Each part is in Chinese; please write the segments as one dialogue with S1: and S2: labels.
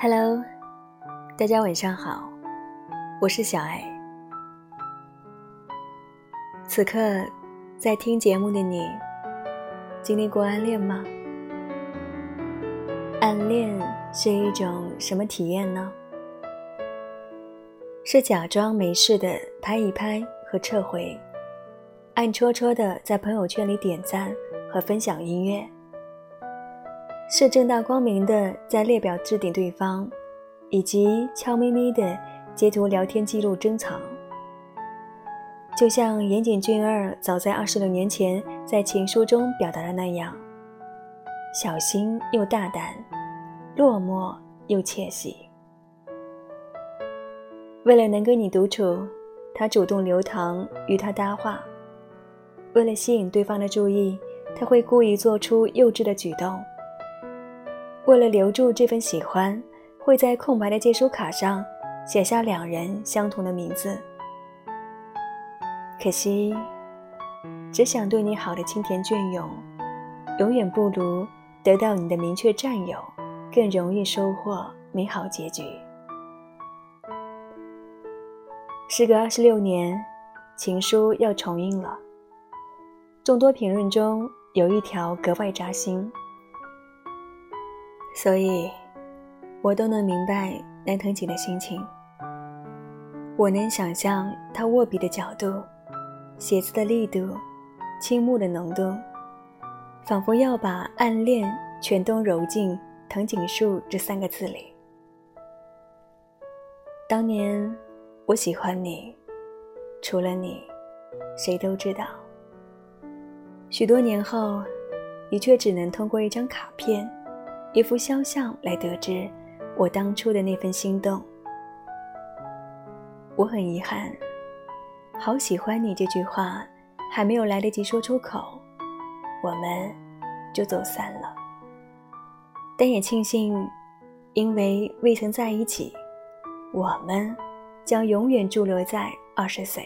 S1: Hello， 大家晚上好，我是小爱。此刻在听节目的你，经历过暗恋吗？暗恋是一种什么体验呢？是假装没事的拍一拍和撤回，暗戳戳的在朋友圈里点赞和分享音乐，是正大光明的在列表置顶对方，以及悄咪咪的截图聊天记录珍藏。就像岩井俊二早在26年前在情书中表达的那样，小心又大胆，落寞又窃喜。为了能跟你独处，他主动留堂与他搭话，为了吸引对方的注意，他会故意做出幼稚的举动，为了留住这份喜欢，会在空白的借书卡上写下2人相同的名字。可惜，只想对你好的清甜隽永，永远不如得到你的明确占有更容易收获美好结局。时隔26年，情书要重印了。众多评论中有一条格外扎心，所以我都能明白南藤井的心情。我能想象他握笔的角度，写字的力度，倾慕的浓度，仿佛要把暗恋全都揉进藤井树这3个字里。当年我喜欢你，除了你，谁都知道。许多年后，你却只能通过一张卡片，一幅肖像来得知我当初的那份心动。我很遗憾，好喜欢你这句话还没有来得及说出口，我们就走散了。但也庆幸，因为未曾在一起，我们将永远驻留在20岁。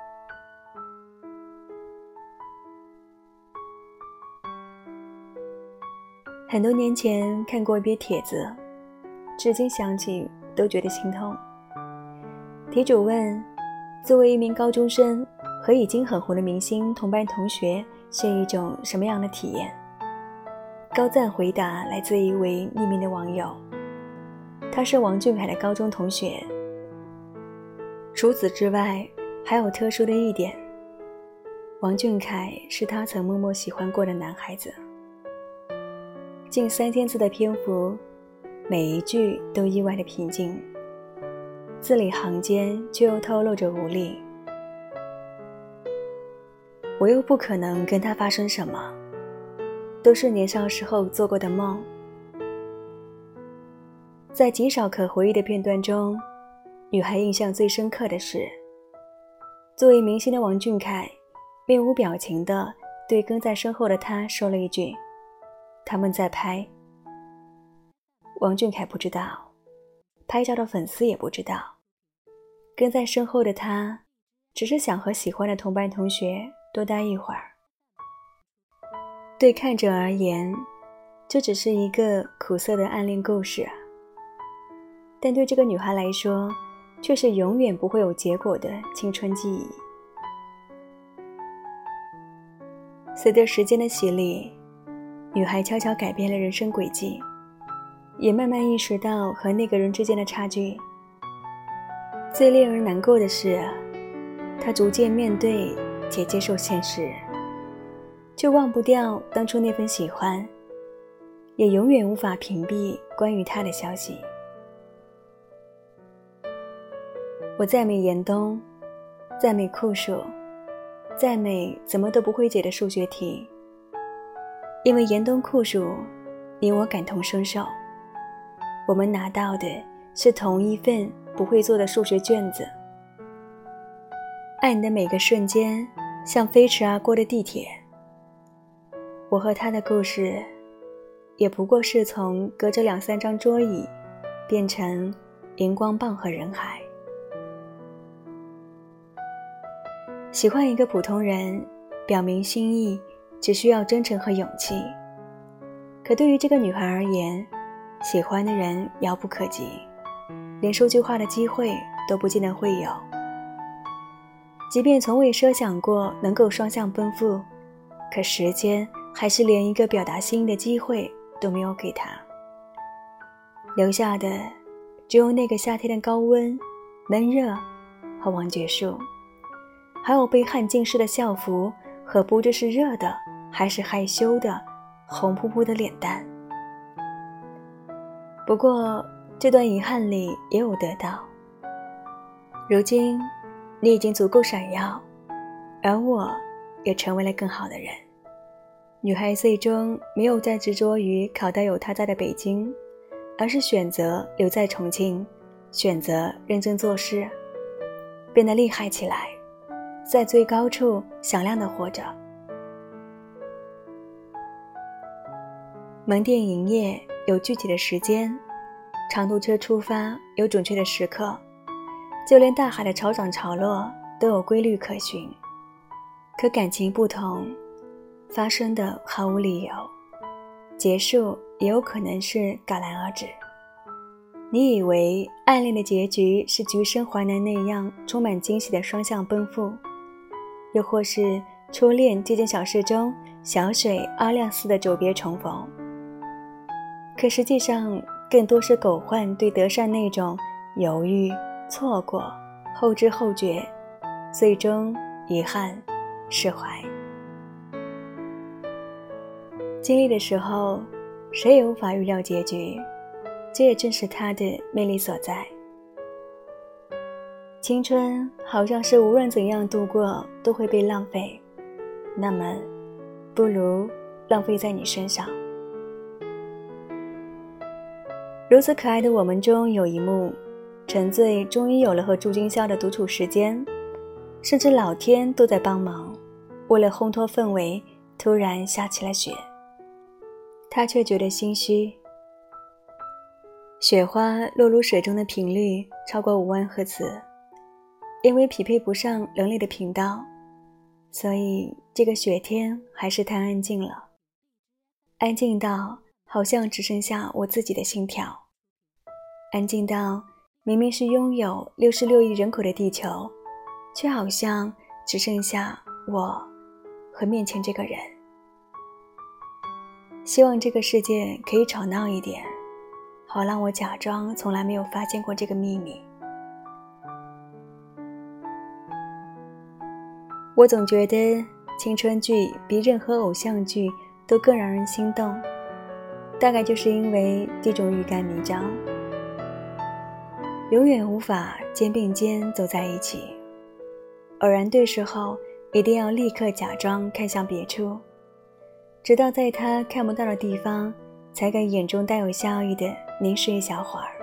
S1: 很多年前看过一篇帖子，至今想起都觉得心痛。题主问，作为一名高中生，和已经很红的明星同班同学是一种什么样的体验？高赞回答来自一位匿名的网友，他是王俊凯的高中同学。除此之外，还有特殊的一点，王俊凯是他曾默默喜欢过的男孩子。近3000字的篇幅，每一句都意外的平静，字里行间却又透露着无力。我又不可能跟他发生什么，都是年少时候做过的梦。在极少可回忆的片段中，女孩印象最深刻的是，作为明星的王俊凯面无表情地对跟在身后的他说了一句，他们在拍。王俊凯不知道，拍照的粉丝也不知道，跟在身后的他只是想和喜欢的同班同学多待一会儿。对看者而言，这只是一个苦涩的暗恋故事啊，但对这个女孩来说，却是永远不会有结果的青春记忆。随着时间的洗礼，女孩悄悄改变了人生轨迹，也慢慢意识到和那个人之间的差距。最令人难过的是，她逐渐面对且接受现实，却忘不掉当初那份喜欢，也永远无法屏蔽关于他的消息。我赞美严冬，赞美酷暑，赞美怎么都不会解的数学题，因为严冬酷暑，你我感同身受，我们拿到的是同一份不会做的数学卷子。爱你的每个瞬间，像飞驰而过的地铁。我和他的故事，也不过是从隔着2-3张桌椅，变成荧光棒和人海。喜欢一个普通人，表明心意只需要真诚和勇气。可对于这个女孩而言， 喜欢的人遥不可及，连说句话的机会都不见得会有。即便从未设想过能够双向奔赴，可时间还是连一个表达心意的机会都没有给他，留下的只有那个夏天的高温、闷热和忘绝树，还有被汗浸湿的校服和不知是热的还是害羞的红扑扑的脸蛋。不过这段遗憾里也有得到，如今你已经足够闪耀，而我也成为了更好的人。女孩最终没有再执着于考到有她在的北京，而是选择留在重庆，选择认真做事，变得厉害起来，在最高处响亮地活着。门店营业有具体的时间，长途车出发有准确的时刻，就连大海的潮涨潮落都有规律可循。可感情不同，发生的毫无理由，结束也有可能是戛然而止。你以为暗恋的结局是橘生淮南那样充满惊喜的双向奔赴，又或是初恋这件小事中小水阿亮似的久别重逢，可实际上更多是狗焕对德善那种犹豫、错过、后知后觉，最终遗憾释怀。经历的时候，谁也无法预料结局，这也正是它的魅力所在。青春好像是无论怎样度过都会被浪费，那么不如浪费在你身上。如此可爱的我们中有一幕，陈醉终于有了和祝今宵的独处时间，甚至老天都在帮忙，为了烘托氛围，突然下起了雪。他却觉得心虚，雪花落入水中的频率超过5万赫兹，因为匹配不上人类的频道，所以这个雪天还是太安静了，安静到好像只剩下我自己的心跳，安静到明明是拥有66亿人口的地球，却好像只剩下我和面前这个人。希望这个世界可以吵闹一点，好让我假装从来没有发现过这个秘密。我总觉得青春剧比任何偶像剧都更让人心动，大概就是因为这种欲盖弥彰。永远无法肩并肩走在一起，偶然对视后一定要立刻假装看向别处，直到在他看不到的地方才敢眼中带有笑意的凝视一小会儿。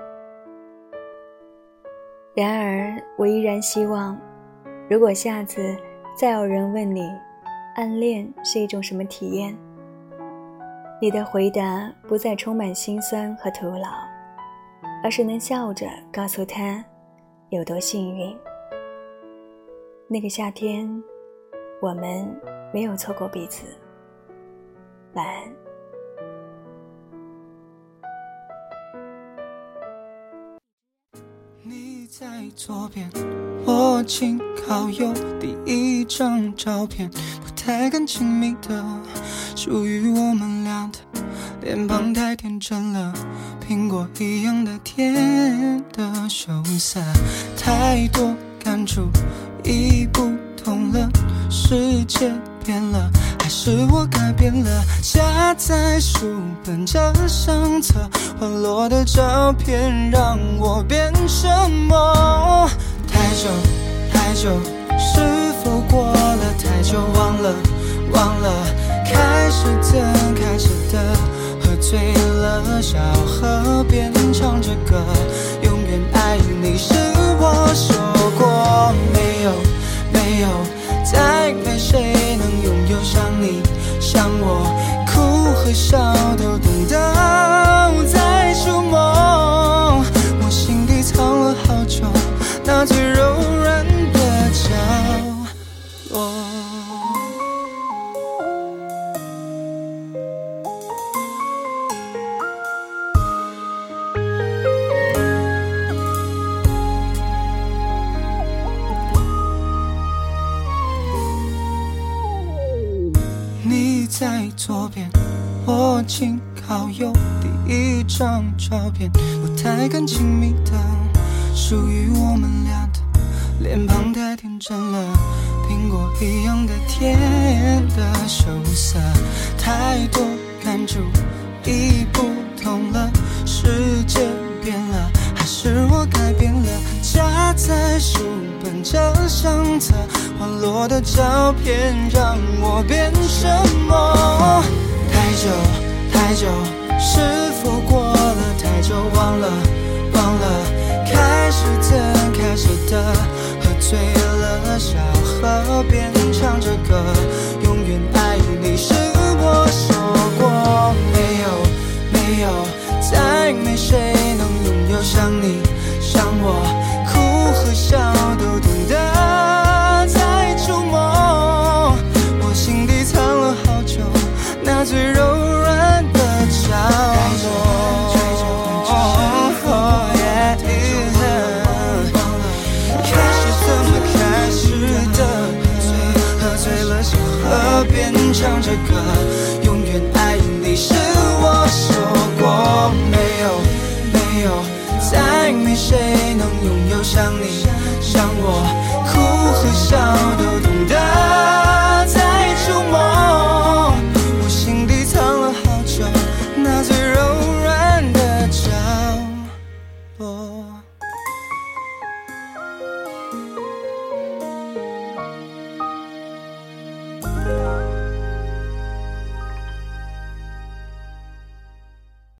S1: 然而我依然希望，如果下次再有人问你暗恋是一种什么体验，你的回答不再充满心酸和徒劳，而是能笑着告诉他有多幸运。那个夏天我们没有错过彼此。晚安。
S2: 你在左边，我请好友第一张照片，不太敢亲密的，属于我们俩的，脸庞太天真了，苹果一样的甜的羞涩，太多感触已不同了，世界变了，还是我改变了？夹在书本这相册，滑落的照片让我变什么？太久太久，是否过了太久？忘了，开始的，喝醉了，小河边唱着歌，永远爱你是我说过，没有再没谁能拥有像你像我，哭和笑都等到在触摸，我心底藏了好久那最柔软的角落。 在左边，我紧靠右，第一张照片，不太敢亲密的，属于我们俩的，脸庞太天真了，苹果一样的甜的羞涩，太多感触已不同了，世界变了，还是我改变了？夹在书本这相册，滑落的照片让我变什么？太久太久，是否过了太久？忘了忘了，开始的开始的，喝醉了小河边唱着歌，永远爱你是我说过，没有没有，再没谁能拥有像你像我，哭和笑都懂得在触摸，我心底藏了好久那最柔软的角落。开始怎么开始的？喝醉了小河边唱着歌，永远爱你是我说过，没有没有，再没谁能拥有像你像我，哭和笑都懂